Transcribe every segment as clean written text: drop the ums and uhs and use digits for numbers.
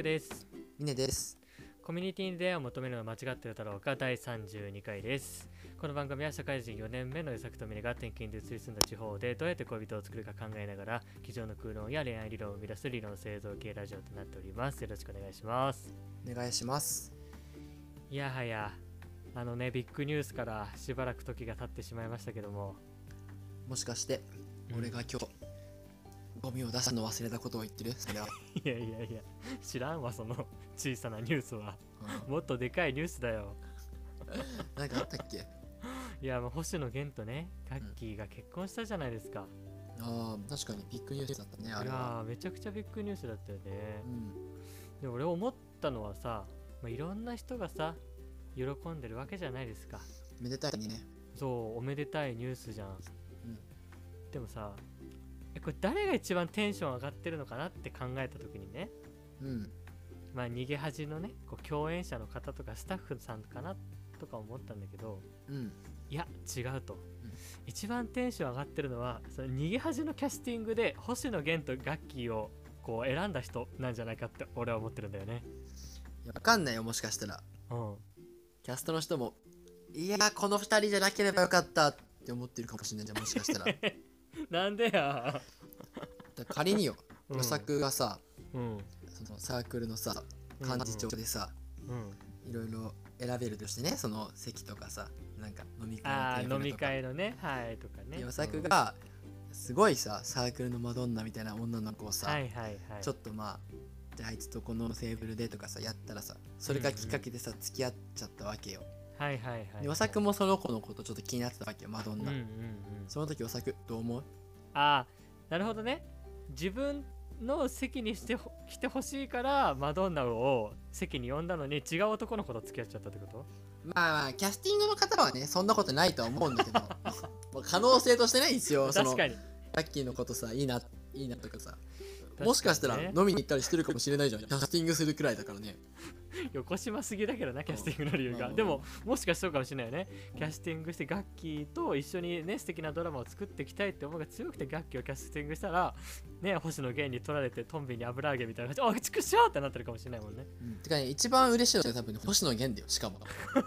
です。 ミネです。 コミュニティに出会いを求めるのは間違ってるだろうか第32回です。この番組は社会人4年目の与作とミネが転勤で移り住んだ地方でどうやって恋人を作るか考えながら机上の空論や恋愛理論を生み出す理論製造系ラジオとなっております。よろしくお願いします。 お願いします。 いやはやビッグニュースからしばらく時が経ってしまいましたけども、 もしかして俺が今日ゴミを出すの忘れたことを言ってる？それはいや知らんわ、その小さなニュースは、もっとでかいニュースだよ。 なんかあったっけ？ いや、星野源とねガッキーが結婚したじゃないですか。 ああ、確かにビッグニュースだったね、あれは。 いやめちゃくちゃビッグニュースだったよね。で俺思ったのはさ、いろんな人がさ喜んでるわけじゃないですか。 めでたいにね。 そう、おめでたいニュースじゃん。でもさ、これ誰が一番テンション上がってるのかなって考えた時にね、逃げ恥のねこう共演者の方とかスタッフさんかなとか思ったんだけど、いや違うと、一番テンション上がってるのはその逃げ恥のキャスティングで星野源とガッキーをこう選んだ人なんじゃないかって俺は思ってるんだよね。 いや、わかんないよ、もしかしたらキャストの人もいやこの2人じゃなければよかったって思ってるかもしれないじゃん、もしかしたら。 なんでやだ仮によ、与作がさ、 そのサークルのさ幹事長でさ、いろいろ選べるとしてね、その席とかさ、なんか飲み会のテーブルとか、 飲み会のね、はいとかね、 与作がすごいさ、サークルのマドンナみたいな女の子をさ、ちょっとじゃああいつとこのテーブルでとかさやったらさ、それがきっかけでさ、付き合っちゃったわけよ。与作もその子のことちょっと気になってたわけよ、マドンナ。その時与作どう思う？ なるほどね。自分の席に来てほしいからマドンナを席に呼んだのに違う男の子と付き合っちゃったってこと？ キャスティングの方はねそんなことないとは思うんだけど可能性としてないんですよ。 確かにラッキーのことさ、いいなとかさ、もしかしたら飲みに行ったりしてるかもしれないじゃん。キャスティングするくらいだからね。 横島すぎだけどな、キャスティングの理由が。でももしかしたらそうかもしれないよね。キャスティングしてガッキーと一緒にね素敵なドラマを作っていきたいって思いが強くてガッキーをキャスティングしたらね、星野源に取られてトンビに油揚げみたいな感じで、ちくしょうってなってるかもしれないもんね。 てかね、一番嬉しいのは多分、星野源だよ、しかも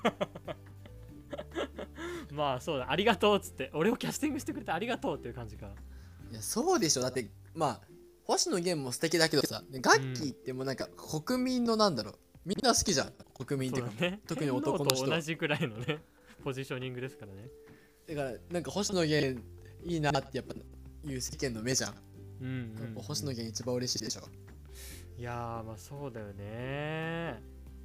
そうだ、ありがとうっつって、俺をキャスティングしてくれてありがとうっていう感じか。 いやそうでしょ。だって星野源も素敵だけどさ、ガッキーってもうなんか国民のなんだろう、みんな好きじゃん、国民っていうか、特に男の人と同じくらいのねポジショニングですからね。 だからなんか星野源いいなってやっぱ言う世間の目じゃん。星野源一番嬉しいでしょ。 いやそうだよね。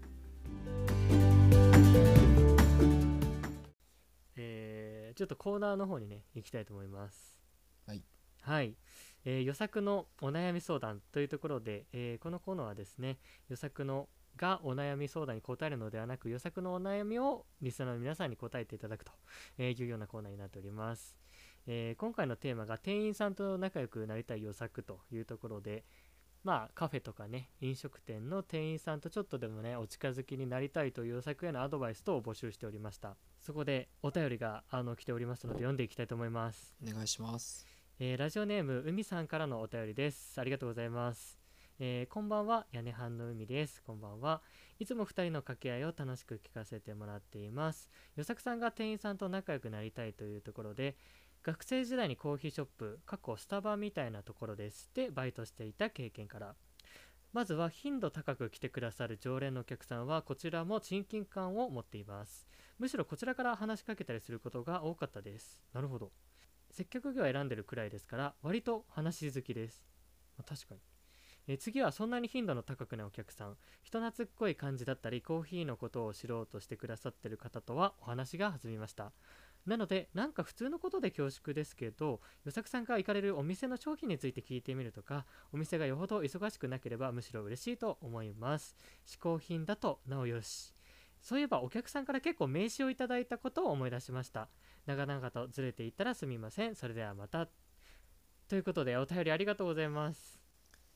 ちょっとコーナーの方にね行きたいと思います。はい、与作のお悩み相談というところで、このコーナーはですね、与作のがお悩み相談に答えるのではなく、与作のお悩みをリスナーの皆さんに答えていただくというようなコーナーになっております。今回のテーマが店員さんと仲良くなりたい与作というところで、カフェとかね飲食店の店員さんとちょっとでもねお近づきになりたいという与作へのアドバイス等を募集しておりました。そこでお便りが来ておりますので読んでいきたいと思います。 お願いします。 ラジオネーム海さんからのお便りです。ありがとうございます。こんばんは、屋根半の海です。こんばんは。いつも2人の掛け合いを楽しく聞かせてもらっています。与作さんが店員さんと仲良くなりたいというところで、学生時代にコーヒーショップスタバみたいなところですでバイトしていた経験から、まずは頻度高く来てくださる常連のお客さんはこちらも親近感を持っています。むしろこちらから話しかけたりすることが多かったです。なるほど。接客業を選んでるくらいですから割と話好きです。確かに。次はそんなに頻度の高くないお客さん、人懐っこい感じだったりコーヒーのことを知ろうとしてくださってる方とはお話が弾みました。なのでなんか普通のことで恐縮ですけど、与作さんが行かれるお店の商品について聞いてみるとか、お店がよほど忙しくなければむしろ嬉しいと思います。嗜好品だとなおよし。そういえばお客さんから結構名刺をいただいたことを思い出しました。長々とずれていったらすみません。それではまた。ということでお便りありがとうございます。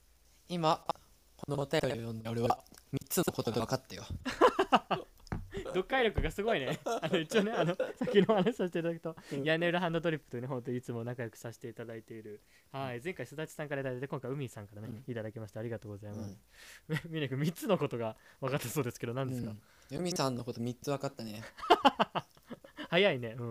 今このお便りを読んで俺は3つのことが分かったよ読解力がすごいね。一応ね、先の話させていただくと、屋根裏ハンドドリップというね、本当にいつも仲良くさせていただいている、はい、前回すだちさんからいただいて、今回海さんからね、いただきました。ありがとうございます。ミネ君3つのことが分かったそうですけど、何ですか？ 海さんのこと3つ分かったね。 早いね。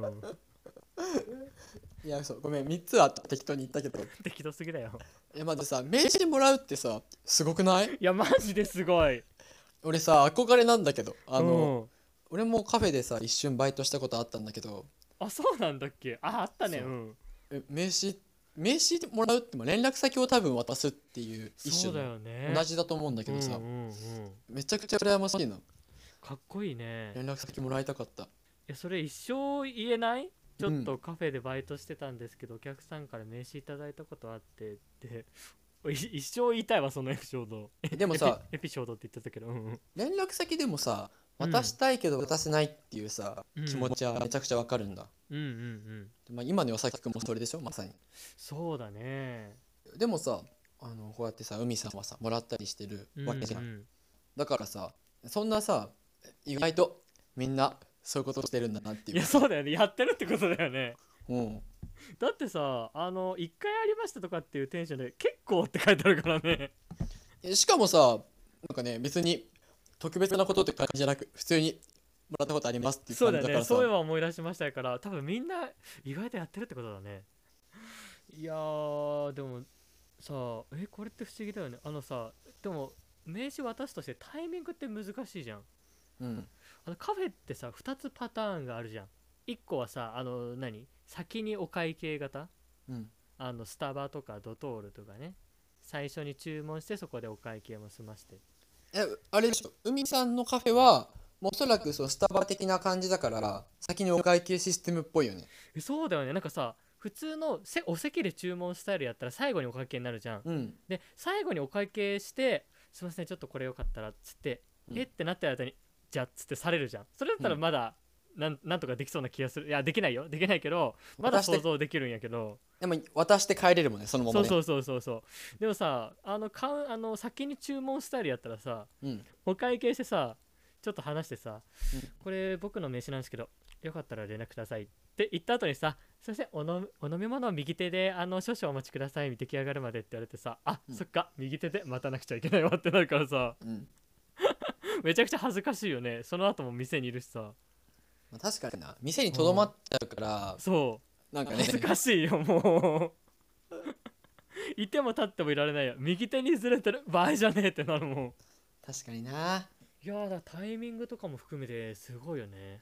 いや、そう、ごめん、3つは適当に言ったけど。 適当すぎだよ。 まずさ、名刺もらうってさ、すごくない？ いや、マジですごい。 俺さ、憧れなんだけど、俺もカフェでさ、一瞬バイトしたことあったんだけど。 あ、そうなんだっけ？あったね。 名刺もらうっても連絡先を多分渡すっていう一種の同じだと思うんだけどさ、めちゃくちゃ羨ましいな。 かっこいいね。 連絡先もらいたかった。いや、それ一生言えない？ちょっとカフェでバイトしてたんですけど、お客さんから名刺いただいたことあってって一生言いたいわ、そのエピソード。 でもさ、 エピソードって言ってたけど、 連絡先でもさ、渡したいけど渡せないっていうさ、気持ちはめちゃくちゃわかるんだ。まあ今のよさきくんもそれでしょ、まさに。 そうだね。 でもさ、こうやってさ、海さんはさ、もらったりしてるわけじゃん。だからさ、そんなさ、意外とみんなそういうことしてるんだなっていう。 いや、そうだよね。やってるってことだよね。 うんだってさ、1回ありましたとかっていうテンションで結構って書いてあるからね。 しかもさ、なんかね、別に特別なことって感じじゃなく、普通にもらったことありますっていう感じだからさ。 そうだね、そういえば思い出しましたから、多分みんな意外とやってるってことだね。いやー、でもさ、これって不思議だよね。でも名刺渡すとしてタイミングって難しいじゃん。カフェってさ、2つパターンがあるじゃん。1個はさ、先にお会計型、スタバとかドトールとかね、最初に注文してそこでお会計も済まして。 あれでしょ、海さんのカフェはおそらくそうスタバ的な感じだから先にお会計システムっぽいよね。 そうだよね。なんかさ、普通のお席で注文スタイルやったら最後にお会計になるじゃん。で最後にお会計して「すいませんちょっとこれよかったら」っつって、ってなった間に「じゃ」っつってされるじゃん。それだったらまだ、なんとかできそうな気がする。いや、できないよ、できないけど、まだ想像できるんやけど。 でも渡して帰れるもんね、そのままね。 そうでもさ、先に注文スタイルやったらさ、お会計してさ、ちょっと話してさ、これ僕の名刺なんですけどよかったら連絡くださいって言った後にさ、すいませんお飲み物を右手で少々お待ちください、出来上がるまでって言われてさ、そっか右手で待たなくちゃいけないわってなるからさ、めちゃくちゃ恥ずかしいよね。その後も店にいるしさ。 確かにな、店にとどまっちゃうから、 そうなんかね、恥ずかしいよもういても立ってもいられないよ。右手にずれてる場合じゃねえってなるもん。 確かにな。 いやだ、タイミングとかも含めてすごいよね。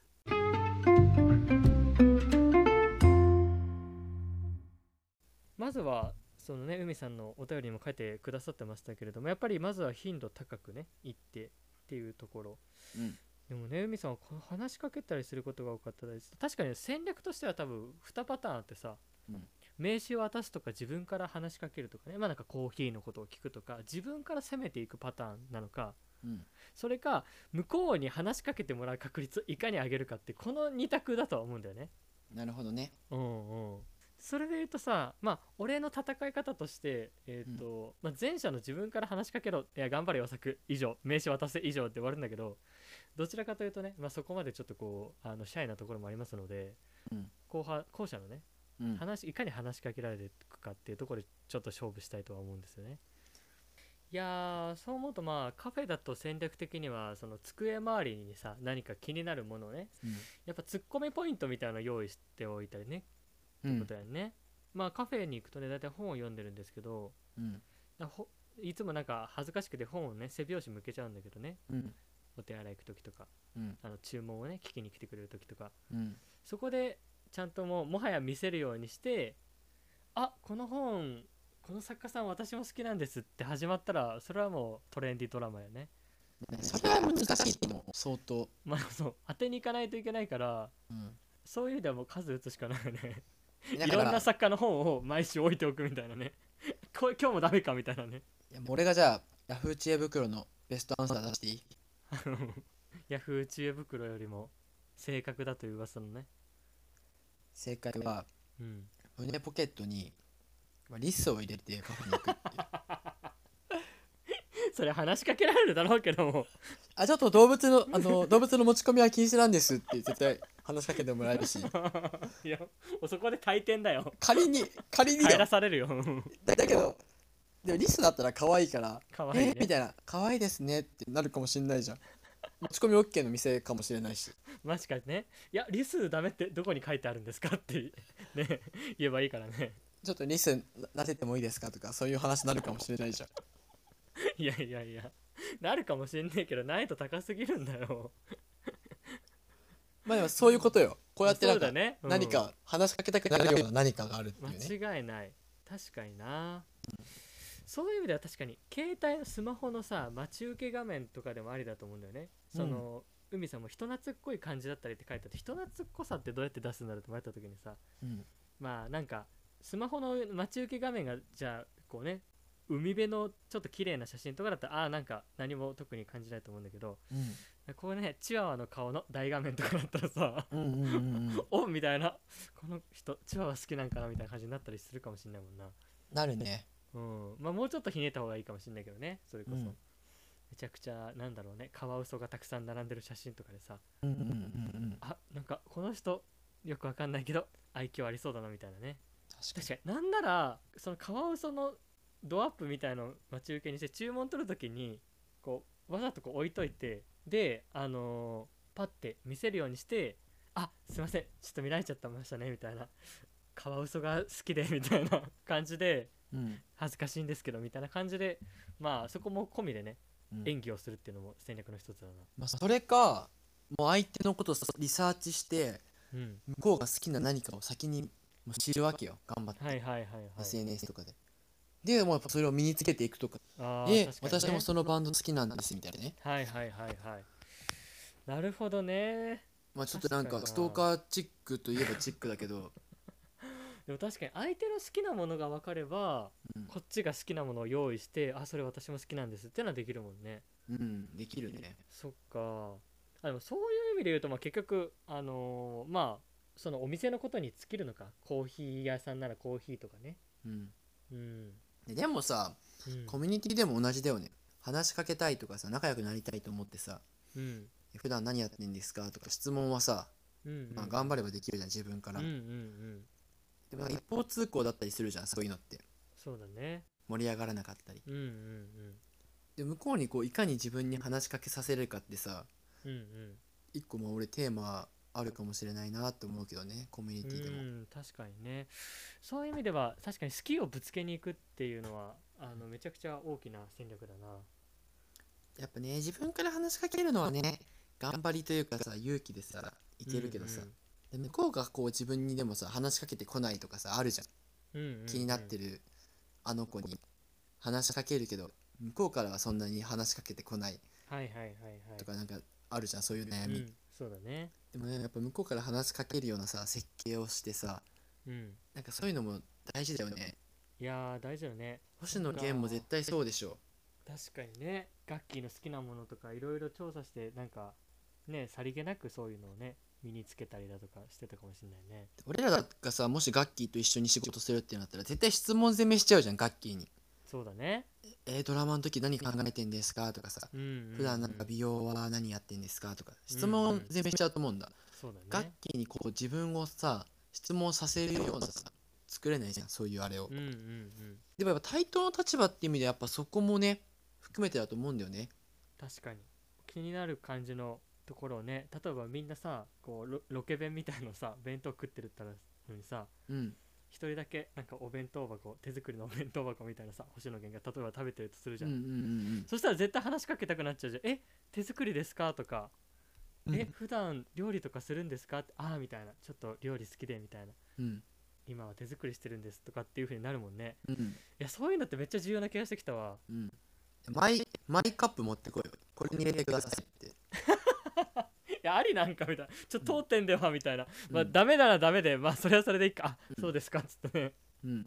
まずはそのね、海さんのお便りにも書いてくださってましたけれども、やっぱりまずは頻度高くね行ってっていうところ、でもね、海さんは話しかけたりすることが多かったです。確かに戦略としては多分2パターンあってさ、名刺を渡すとか自分から話しかけるとかね、なんかコーヒーのことを聞くとか自分から攻めていくパターンなのか、それか向こうに話しかけてもらう確率をいかに上げるかって、この2択だとは思うんだよね。 なるほどね。 それで言うとさ、俺の戦い方として、前者の自分から話しかけろ、いや頑張れよ作以上、名刺渡せ以上って終わるんだけど、どちらかというとね、そこまでちょっとこうシャイなところもありますので、後者のね、いかに話しかけられるかっていうところでちょっと勝負したいとは思うんですよね。いやそう思うと、カフェだと戦略的にはその机周りにさ、何か気になるものをね、やっぱツッコミポイントみたいなのを用意しておいたりねってことやね。カフェに行くとね、大体本を読んでるんですけど、いつもなんか恥ずかしくて本をね、背拍子向けちゃうんだけどね、お手洗い行く時とか、注文をね聞きに来てくれる時とか、そこでちゃんともはや見せるようにして、この本、この作家さん私も好きなんですって始まったら、それはもうトレンディドラマやね。 それは難しいと思う、相当。 そう当てに行かないといけないから、そういう意味ではもう数打つしかないよねいろんな作家の本を毎週置いておくみたいなね今日もダメかみたいなね。 いや、もう俺がじゃあヤフー知恵袋のベストアンサー出していい？ ヤフー知恵袋よりも正確だという噂のね。 正解は、胸ポケットにリスを入れてカフェに行くっていうそれ話しかけられるだろうけどもちょっと動物の動物の持ち込みは禁止なんですって絶対話しかけてもらえるしいやそこで退店だよ。 仮に帰らされるよだけどでもリスだったら可愛いから可愛いねみたいな可愛いですねってなるかもしれないじゃん。持ち込み OK の店かもしれないし。 もしかしてね、いやリスダメってどこに書いてあるんですかってね言えばいいからね。 ちょっとリス撫でてもいいですかとかそういう話になるかもしれないじゃん。 いやいやいやなるかもしんねえけど難易度高すぎるんだよ。 まあでもそういうことよ。こうやってなんかね、 何か話しかけたくなるような何かがあるっていうね。 間違いない。確かにな、そういう意味では確かに携帯のスマホのさ待ち受け画面とかでもありだと思うんだよね。その、海さんも人懐っこい感じだったりって書いてあって、人懐っこさってどうやって出すんだろうって迷った時にさ、まあなんかスマホの待ち受け画面がじゃあこうね海辺のちょっと綺麗な写真とかだったらなんか何も特に感じないと思うんだけど、こうねチワワの顔の大画面とかだったらさおみたいな、この人チワワ好きなんかなみたいな感じになったりするかもしれないもんな。 なるね。 まあもうちょっとひねった方がいいかもしれないけどね。それこそ、めちゃくちゃなんだろうね、カワウソがたくさん並んでる写真とかでさ、なんかこの人よくわかんないけど愛嬌ありそうだなみたいなね。確かになんならそのカワウソのドアップみたいのを待ち受けにして注文取るときにこうわざとこう置いといて、でパッて見せるようにして、すいませんちょっと見られちゃってましたねみたいな、カワウソが好きでみたいな感じで、恥ずかしいんですけどみたいな感じで、まあそこも込みでね、演技をするっていうのも戦略の一つだな。 それかもう相手のことをリサーチして、向こうが好きな何かを先に知るわけよ、頑張って、SNS とかで。でもうやっぱそれを身につけていくとか、私もそのバンド好きなんですみたいなね。 なるほどね。 まあちょっとなんかストーカーチックといえばチックだけどでも確かに相手の好きなものが分かれば、こっちが好きなものを用意して、それ私も好きなんですってのはできるもんね。 できるね。 そっか。でもそういう意味で言うと、結局まあそのお店のことに尽きるのか。コーヒー屋さんならコーヒーとかね。 でもさ、コミュニティでも同じだよね。話しかけたいとかさ、仲良くなりたいと思ってさ、普段何やってんですかとか質問はさ、頑張ればできるじゃん、自分から。でも一方通行だったりするじゃん、そういうのって。 そうだね。 盛り上がらなかったり。で向こうにこういかに自分に話しかけさせるかってさ、一個俺テーマあるかもしれないなって思うけどね、コミュニティでも。 確かにね。そういう意味では確かに好きをぶつけに行くっていうのはめちゃくちゃ大きな戦略だな。 やっぱね、自分から話しかけるのはね、頑張りというかさ、勇気でさいけるけどさ、向こうがこう自分にでもさ話しかけてこないとかさあるじゃん。気になってるあの子に話しかけるけど向こうからはそんなに話しかけてこないとかなんかあるじゃん、そういう悩み。 そうだね。 でもね、やっぱ向こうから話しかけるようなさ設計をしてさ、なんかそういうのも大事だよね。 いや大事だよね。 星野源も絶対そうでしょ。 確かにね、ガッキーの好きなものとかいろいろ調査して、なんかね、さりげなくそういうのをね身につけたりだとかしてたかもしれないね。 俺らがさ、もしガッキーと一緒に仕事するってなったら絶対質問攻めしちゃうじゃん、ガッキーに。 そうだね。 ドラマの時何考えてんですかとかさ、普段なんか美容は何やってんですかとか質問攻めしちゃうと思うんだ。 そうだね。 ガッキーにこう自分をさ質問させるようなさ作れないじゃん、そういうあれを。でもやっぱ対等の立場って意味でやっぱそこもね含めてだと思うんだよね。 確かに気になる感じのところをね、例えばみんなさこうロケ弁みたいのさ弁当食ってるったらのにさ、一人だけなんかお弁当箱、手作りのお弁当箱みたいなさ、星野源が例えば食べてるとするじゃん。そしたら絶対話しかけたくなっちゃうじゃん。手作りですかとか、普段料理とかするんですかって、みたいな、ちょっと料理好きでみたいな、今は手作りしてるんですとかっていう風になるもんね。いやそういうのってめっちゃ重要な気がしてきたわ。 マイカップ持ってこいよ、これに入れてくださいっていやありなんかみたいな、ちょっと当店ではみたいな、ダメならダメで、それはそれでいいか、そうですかっつってね、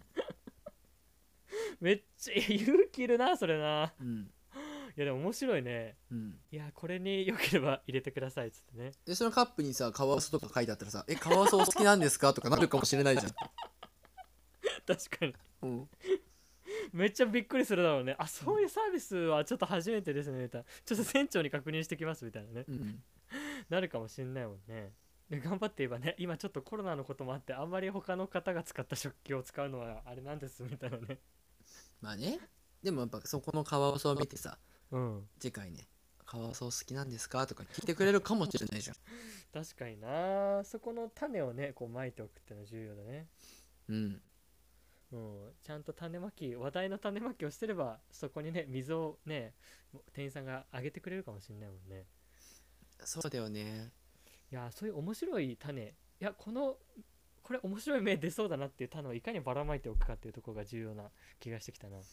めっちゃ勇気いるなそれな。いやでも面白いね。いやこれによければ入れてくださいっつってね。 でそのカップにさカワウソとか書いてあったらさ、カワウソお好きなんですかとかなるかもしれないじゃん確かに。 めっちゃびっくりするだろうね。あ、そういうサービスはちょっと初めてですねみたいな、ちょっと船長に確認してきますみたいなね、なるかもしんないもんね。で頑張って言えばね、今ちょっとコロナのこともあってあんまり他の方が使った食器を使うのはあれなんですみたいなね。 まあね、でもやっぱそこのカワウソを見てさ、 うん、 次回ね、カワウソ好きなんですかとか聞いてくれるかもしれないじゃん。 確かにな、そこの種をねこうまいておくってのは重要だね。 うん。 うん、ちゃんと種まき、話題の種まきをしてればそこにね水をね店員さんがあげてくれるかもしれないもんね。 そうだよね。 いやそういう面白い種、いやこれ面白い芽出そうだなっていう種をいかにばらまいておくかっていうところが重要な気がしてきたな。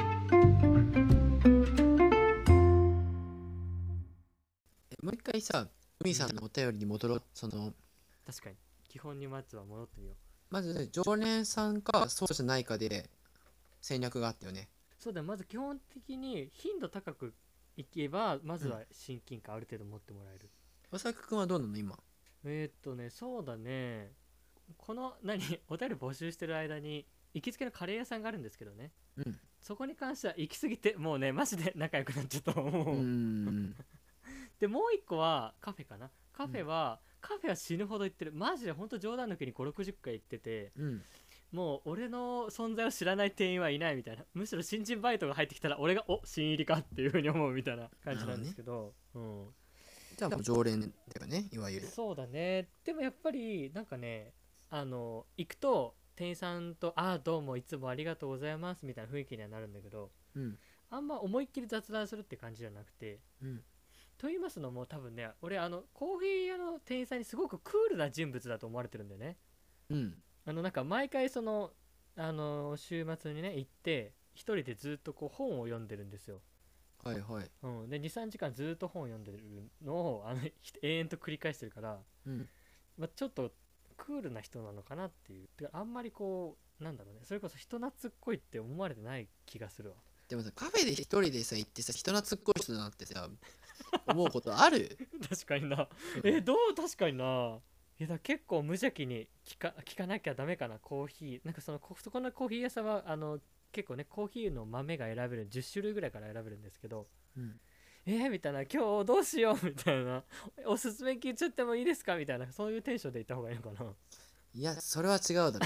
もう一回さ、海さんのお便りに戻ろう。 確かに基本にまずは戻ってみよう。 まず、ね、常連さんかそうじゃないかで戦略があったよね。 そうだよ、まず基本的に頻度高くいけばまずは親近感ある程度持ってもらえる。 おさくくんはどうなの今？ そうだね、このお便り募集してる間に行きつけのカレー屋さんがあるんですけどね、 うん。 そこに関しては行き過ぎてもうねマジで仲良くなっちゃったと思う。でもう一個はカフェかな。カフェは死ぬほど行ってる。マジでほんと冗談抜きに5、60回行ってて、もう俺の存在を知らない店員はいないみたいな、むしろ新人バイトが入ってきたら俺が新入りかっていう風に思うみたいな感じなんですけど、 じゃあもう常連だよね、いわゆる。 そうだね。でもやっぱりなんかね、行くと店員さんとどうもいつもありがとうございますみたいな雰囲気にはなるんだけど、あんま思いっきり雑談するって感じじゃなくて、と言いますのも多分ね、俺コーヒー屋の店員さんにすごくクールな人物だと思われてるんだよね。なんか毎回週末にね行って一人でずっとこう本を読んでるんですよ。 はいはい。 で 2,3 時間ずっと本を読んでるのを永遠と繰り返してるから、ちょっとクールな人なのかなっていう。てかあんまりこうなんだろうね、それこそ人懐っこいって思われてない気がするわ。 でもさ、カフェで一人でさ行ってさ、人懐っこい人だなってさ思うことある？ 確かにな。確かにな。だ結構無邪気に聞かなきゃダメかな。コーヒーなんかそこのコーヒー屋さんは結構ねコーヒーの豆が選べる10種類ぐらいから選べるんですけど、みたいな、今日どうしようみたいな、おすすめ聞いちゃってもいいですかみたいな、そういうテンションで行った方がいいのかな。 いや、それは違うだろ。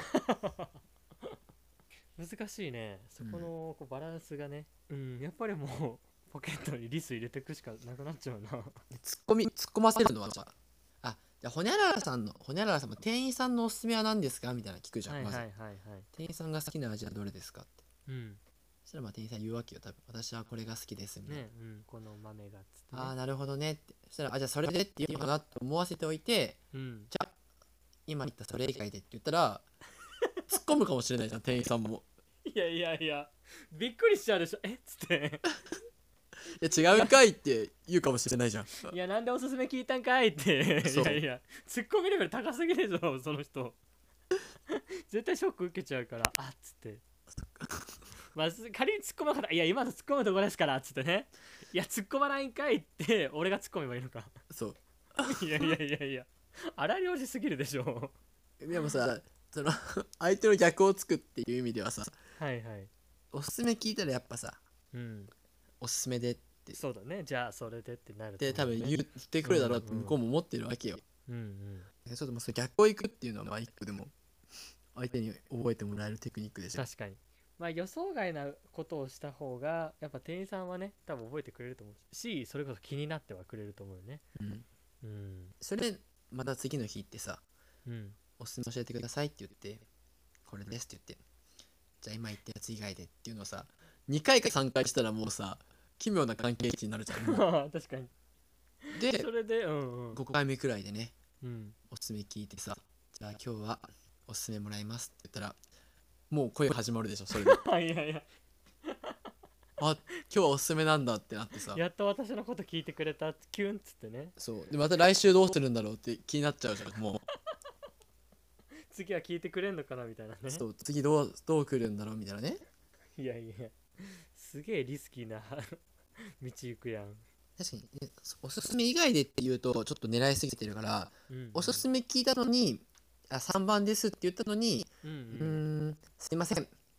難しいね、そこのこうバランスがね。やっぱりもうポケットにリス入れていくしかなくなっちゃうな。 突っ込ませるのはじゃあほにゃららさんも店員さんのおすすめは何ですかみたいな聞くじゃん。まず店員さんが好きな味はどれですかって。そしたら店員さん言うわけよ、多分。私はこれが好きですみたいな。 この豆がっつって、 なるほどねって。そしたらじゃあそれでって言うのかなと思わせておいて、じゃあ今言ったそれ以外でって言ったら突っ込むかもしれないじゃん、店員さんも。 いやびっくりしちゃうでしょ、っつっていや違うんかいって言うかもしれないじゃん。 いやなんでおすすめ聞いたんかいっていやツッコミレベル高すぎるでしょその人絶対ショック受けちゃうから、っつってまあ仮に突っ込まなかったら、いや今の突っ込むとこですからっつってね、いや突っ込まないんかいって俺が突っ込めばいいのか。 そういや荒療治すぎるでしょ。 でもさ、相手の逆をつくっていう意味ではさ、おすすめ聞いたらやっぱさ、おすすめでって、 そうだね、じゃあそれでってなるで多分言ってくるだろうって向こうも思ってるわけよ。ちょっとそれ逆をいくっていうのは一個でも相手に覚えてもらえるテクニックでしょ。 確かに。予想外なことをした方がやっぱ店員さんはね多分覚えてくれると思うし、それこそ気になってはくれると思うよね。 それまた次の日行ってさ、おすすめ教えてくださいって言って、これですって言って、じゃあ今言ったやつ以外でっていうのをさ、2回か3回したらもうさ、奇妙な関係値になるじゃん。 確かに。 でそれで 5回目くらいでね、おすすめ聞いてさ、じゃあ今日はおすすめもらいますって言ったら、もう声が始まるでしょ、それで。 いや今日はおすすめなんだってなってさ、 やっと私のこと聞いてくれたキュンっつってね。 そうでまた来週どうするんだろうって気になっちゃうじゃん。もう次は聞いてくれんのかなみたいなね。 そう次どう来るんだろうみたいなね。 いやすげえリスキーな道行くやん。 確かに、ね、おすすめ以外でって言うとちょっと狙いすぎてるから、おすすめ聞いたのに3番ですって言ったのに、すいません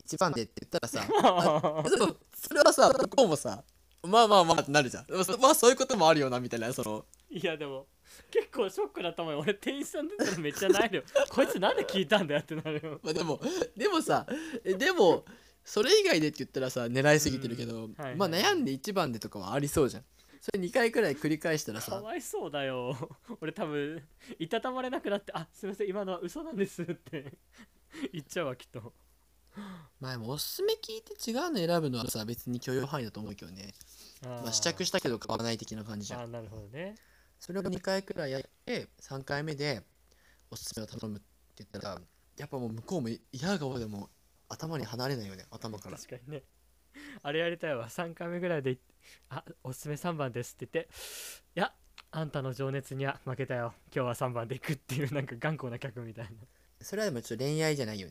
1番でって言ったらさでもそれはさ向こうもさまあまあまあってなるじゃん。でもまあそういうこともあるよなみたいな。 いやでも結構ショックだったもん。俺店員さんだったらめっちゃないよこいつなんで聞いたんだよってなるよ。 まあでもさでもそれ以外でって言ったらさ狙いすぎてるけど、まあ悩んで1番でとかはありそうじゃん。それ2回くらい繰り返したらさかわいそうだよ俺多分いたたまれなくなって、あ、すいません今のは嘘なんですって言っちゃうわきっと。 まあでもおすすめ聞いて違うの選ぶのはさ別に許容範囲だと思うけどね。まあ試着したけど買わない的な感じじゃん。 あ、なるほどね。 それを2回くらいやって3回目でおすすめを頼むって言ったらやっぱもう向こうも嫌顔でも頭に離れないよね、頭から。 確かにね。あれやりたいわ。3回目ぐらいであ、おすすめ3番ですって言って、いやあんたの情熱には負けたよ、今日は3番で行くっていう、なんか頑固な客みたいな。 それはでもちょっと恋愛じゃないよね。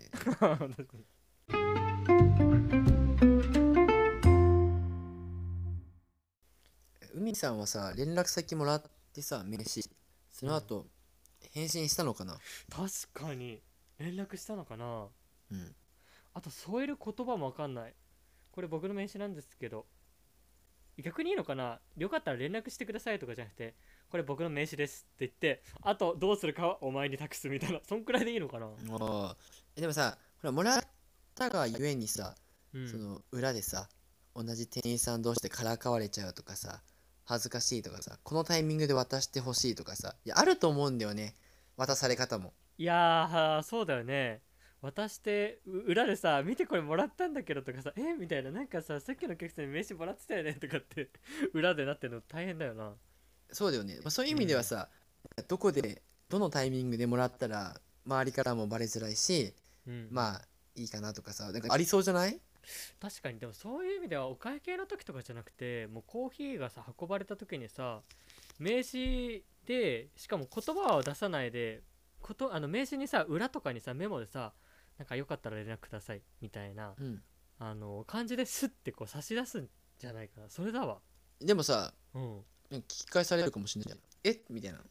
海さんはさ連絡先もらってさ名刺その後、返信したのかな。 確かに連絡したのかな。 うん。 あと添える言葉も分かんない。これ僕の名刺なんですけど、逆にいいのかな。よかったら連絡してくださいとかじゃなくて、これ僕の名刺ですって言って、あとどうするかはお前に託すみたいな、そんくらいでいいのかな。 でもさほらもらったがゆえにさ、 うんその裏でさ同じ店員さん同士でからかわれちゃうとかさ恥ずかしいとかさこのタイミングで渡してほしいとかさ、いやあると思うんだよね、渡され方も。 いやーそうだよね。渡して裏でさ、見てこれもらったんだけどとかさ、みたいな、なんかさ、さっきのお客さんに名刺もらってたよねとかって裏でなってるの大変だよな。 そうだよね、まあ、そういう意味ではさ、どこでどのタイミングでもらったら周りからもバレづらいし、まあいいかなとかさ、なんかありそうじゃない？ 確かに。でもそういう意味ではお会計の時とかじゃなくて、もうコーヒーがさ運ばれた時にさ、名刺でしかも言葉を出さないで、名刺にさ裏とかにさメモでさ、なんかよかったら連絡くださいみたいな、感じでスッてこう差し出すんじゃないかな。それだわ。 でもさ、 うん、 聞き返されるかもしれないじゃん。みたいな。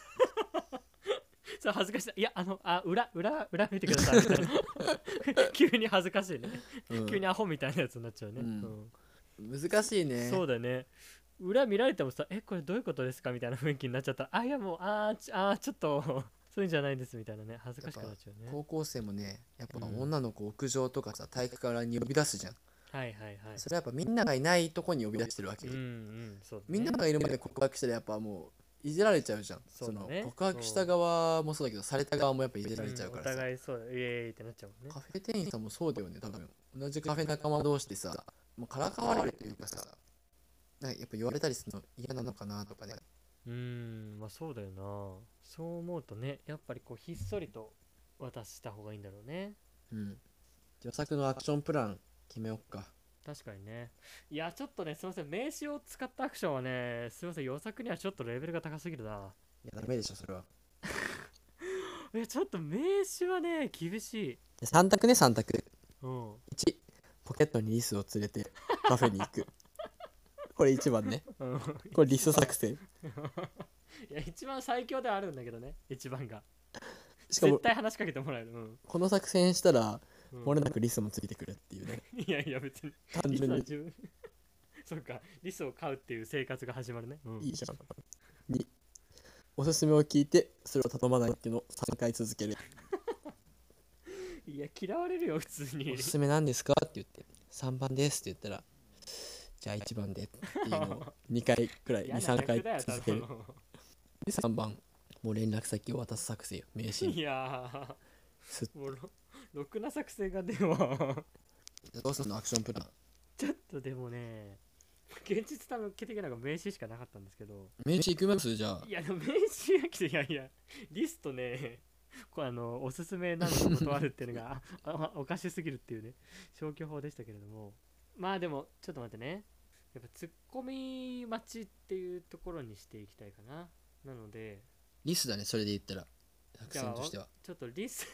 そう恥ずかしい。いや裏見てくださいみたいな急に恥ずかしいね、急にアホみたいなやつになっちゃうね、 難しいね。 そうだね。裏見られてもさ、これどういうことですかみたいな雰囲気になっちゃったら、いやもうちょっとそういうんじゃないですみたいなね、恥ずかしくなっちゃうね。 高校生もねやっぱ女の子屋上とかさ体育館に呼び出すじゃん。 はいはいはい。 それはやっぱみんながいないとこに呼び出してるわけよ。 そうだね、 みんながいるまで告白したらやっぱもういじられちゃうじゃん。 そうだね、 その告白した側もそうだけど、された側もやっぱいじられちゃうからさ、 お互いそうイエーイってなっちゃうもんね。 カフェ店員さんもそうだよね多分。同じカフェ仲間同士でさもうからかわれるというかさ、なんかやっぱ言われたりするの嫌なのかなとかね。 まあそうだよな。そう思うとね、やっぱりこうひっそりと渡した方がいいんだろうね。 予作のアクションプラン決めよっか。 確かにね。いやちょっとね、すいません、名刺を使ったアクションはね、すいません、予作にはちょっとレベルが高すぎるな。 いやダメでしょそれは。 ちょっと名刺はね厳しい。 3択ね、3択。 1、 ポケットにリスを連れてカフェに行くこれ1番ね。これリス作戦。 いや一番最強ではあるんだけどね、1番が。 しかも絶対話しかけてもらえる。 この作戦したら漏れなくリスもついてくるっていうね。 いや別に単純にそうか、リスを飼うっていう生活が始まるね。 いいじゃん。2、おすすめを聞いてそれを頼まないっていうのを3回続ける。 いや嫌われるよ普通に。 おすすめなんですかって言って3番ですって言ったら、じゃあ1番でっていうのを2回くらい23回続ける。で3番もう連絡先を渡す作戦よ、名刺に。 いやもうろくな作戦が出るわ。 どうするのアクションプラン。 ちょっとでもね、現実多分受けていけないのが名刺しかなかったんですけど。 名刺いきますじゃあ。 いやでも名刺が来て、いやリストね、これおすすめなのを断るっていうのがおかしすぎるっていうね、消去法でしたけれども。まあでもちょっと待ってね、やっぱツッコミ待ちっていうところにしていきたいかな。なのでリスだね、それで言ったら作戦としては。 ちょっとリス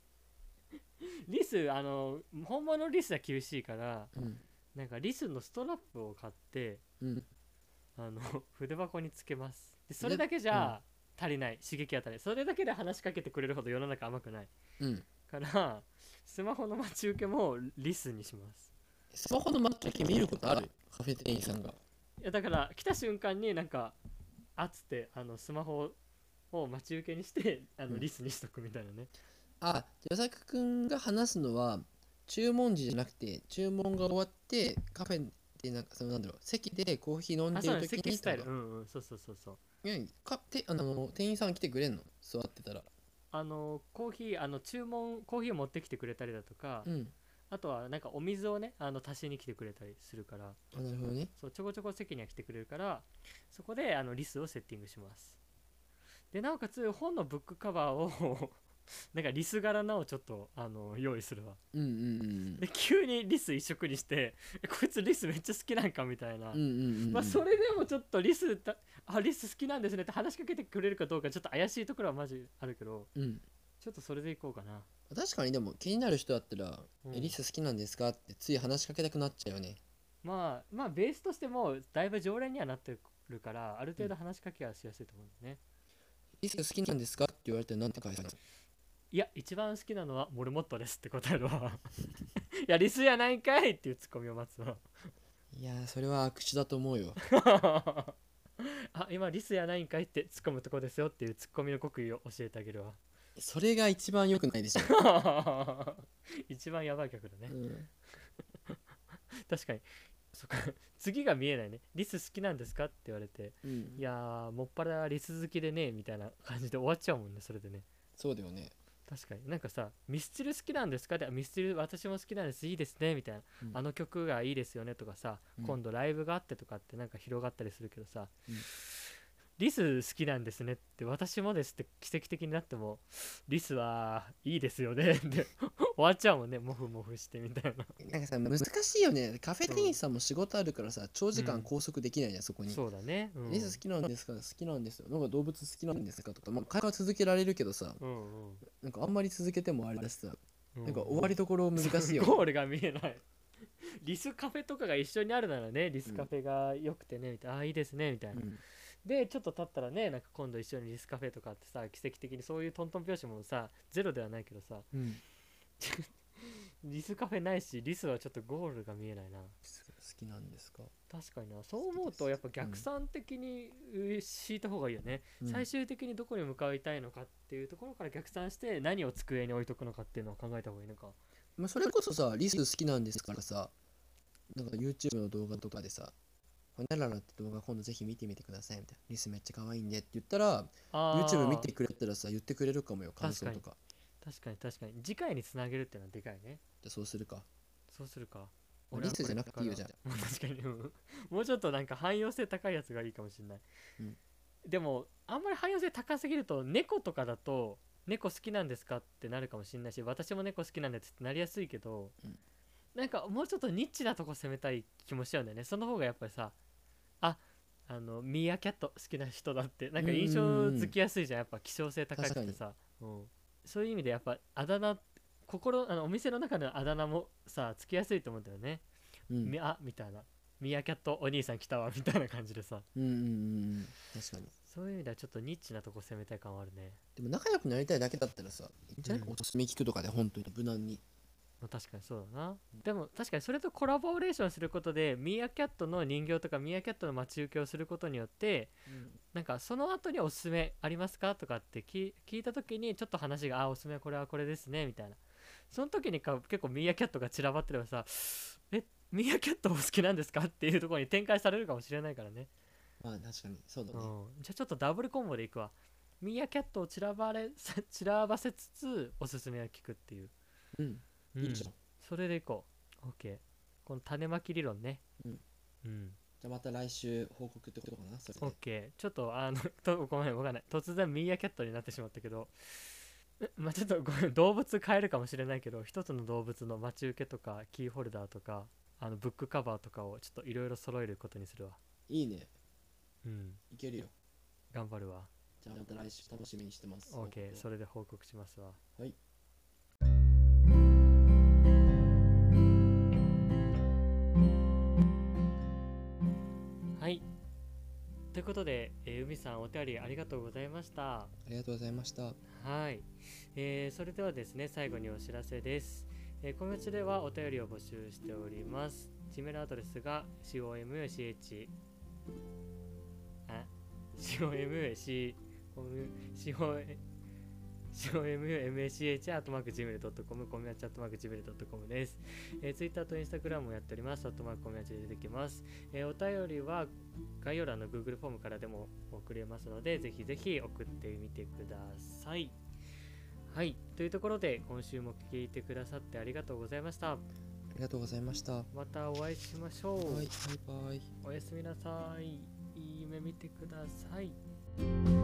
本物のリスは厳しいから、なんかリスのストラップを買って、筆箱につけます。でそれだけじゃ足りない、刺激当たり。それだけで話しかけてくれるほど世の中甘くない、からスマホの待ち受けもリスにします。 スマホの待ち受け見ることある？カフェ店員さんが。 いやだから来た瞬間になんかあっつってスマホを待ち受けにしてリスにしとくみたいなね。 あ、矢作くんが話すのは注文時じゃなくて、注文が終わってカフェでなんかなんだろう、席でコーヒー飲んでる時に席スタイル。そうそうそうそう。 店員さん来てくれんの？座ってたらコーヒーコーヒーを持ってきてくれたりだとか、あとはなんかお水をね足しに来てくれたりするから。 なるほどね。 そうちょこちょこ席には来てくれるから、そこでリスをセッティングします。でなおかつ本のブックカバーをなんかリス柄のをちょっと用意するわ。で急にリス一色にしてこいつリスめっちゃ好きなんかみたいな。まあそれでもちょっとリス好きなんですねって話しかけてくれるかどうかちょっと怪しいところはマジあるけど、ちょっとそれでいこうかな。 確かに。でも気になる人だったら、リス好きなんですかってつい話しかけたくなっちゃうよね。 まあベースとしてもだいぶ常連にはなってるからある程度話しかけはしやすいと思うんだね。 リス好きなんですかって言われたら何て返すの？ いや一番好きなのはモルモットですって答えるわいやリスやないんかいっていうツッコミを待つわ。 いやそれは悪手だと思うよあ今リスやないんかいって突っ込むとこですよっていうツッコミの極意を教えてあげるわ。 それが一番良くないでしょ一番やばい客だね、確かに。そっか次が見えないね。リス好きなんですかって言われて、いやーもっぱらリス好きでねみたいな感じで終わっちゃうもんね、それでね。 そうだよね。 確かに。なんかさミスチル好きなんですかって、ミスチル私も好きなんです、いいですねみたいな、あの曲がいいですよねとかさ、今度ライブがあってとかってなんか広がったりするけどさ、リス好きなんですねって私もですって奇跡的になってもリスはいいですよねって終わっちゃうもんね、モフモフしてみたいな。 なんかさ難しいよね。カフェ店員さんも仕事あるからさ、長時間拘束できないじゃん、そこに。 そうだね、 リス好きなんですか？好きなんですよ。なんか動物好きなんですかとか、会話続けられるけどさ、なんかあんまり続けてもあれだしさ、なんか終わりどころ難しいよ、 ゴールが見えないリスカフェとかが一緒にあるならね、リスカフェが良くてねみたいな、あいいですねみたいな、でちょっと経ったらね、なんか今度一緒にリスカフェとかってさ、奇跡的にそういうトントン拍子もさゼロではないけどさ、リスカフェないし、リスはちょっとゴールが見えないな。好きなんですか？ 確かにな。そう思うとやっぱ逆算的に敷いた方がいいよね、最終的にどこに向かいたいのかっていうところから逆算して何を机に置いとくのかっていうのを考えた方がいいのか。 まあそれこそさ、リス好きなんですからさ、なんか YouTube の動画とかでさ、ほにゃららって動画今度ぜひ見てみてくださいみたいな、リスめっちゃ可愛いんでって言ったら YouTube 見てくれたらさ、言ってくれるかもよ、感想とか。 確かに確かに次回につなげるっていうのはでかいね。 じゃあそうするか。 リスじゃなくていいよじゃあ確かにもうちょっとなんか汎用性高いやつがいいかもしれない、でもあんまり汎用性高すぎると猫とかだと猫好きなんですかってなるかもしれないし、私も猫好きなんですってなりやすいけど、なんかもうちょっとニッチなとこ攻めたい気もしちゃうんだよね。その方がやっぱりさ、ミーアキャット好きな人だってなんか印象づきやすいじゃん、やっぱ希少性高くてさ、そういう意味でやっぱあだ名お店の中のあだ名もさつきやすいと思うんだよね、みたいな、ミーアキャットお兄さん来たわみたいな感じでさ、確かにそういう意味ではちょっとニッチなとこ攻めたい感はあるね。 でも仲良くなりたいだけだったらさ、いいんじゃない？おすすめ聞くとかで本当に無難に。 確かにそうだな。でも確かにそれとコラボレーションすることでミーアキャットの人形とかミーアキャットの待ち受けをすることによって、なんかその後におすすめありますかとかって聞いた時にちょっと話がおすすめはこれはこれですねみたいな、その時に結構ミーアキャットが散らばってればさ、ミーアキャットお好きなんですかっていうところに展開されるかもしれないからね。 まあ確かにそうだね、 じゃあちょっとダブルコンボでいくわ。ミーアキャットを散らばせつつおすすめを聞くっていう。いいじゃん。それでいこう。 OK。 この種まき理論ね。じゃあまた来週報告ってことかな、それで。 OK。 ちょっとごめんわかんない、突然ミーアキャットになってしまったけど、まあちょっとごめん、動物変えるかもしれないけど、一つの動物の待ち受けとかキーホルダーとかブックカバーとかをちょっといろいろ揃えることにするわ。 いいね。いけるよ。 頑張るわ。 じゃあまた来週楽しみにしてます。 OK。 それで報告しますわ。 はい。 はい。ということで、海さんお便りありがとうございました。 ありがとうございました。 はい。それではですね、最後にお知らせです。 コミュチではお便りを募集しております。Gmail アドレスが comach@gmail.com コミャチ@gmail.com です。Twitter と Instagram もやっております。コミャチで出てきます。お便りは概要欄の Google フォームからでも送れますので、ぜひぜひ送ってみてください。はい、というところで今週も聞いてくださってありがとうございました。 ありがとうございました。 またお会いしましょう。 はい、バイバイ。 おやすみなさい。いい夢見てください。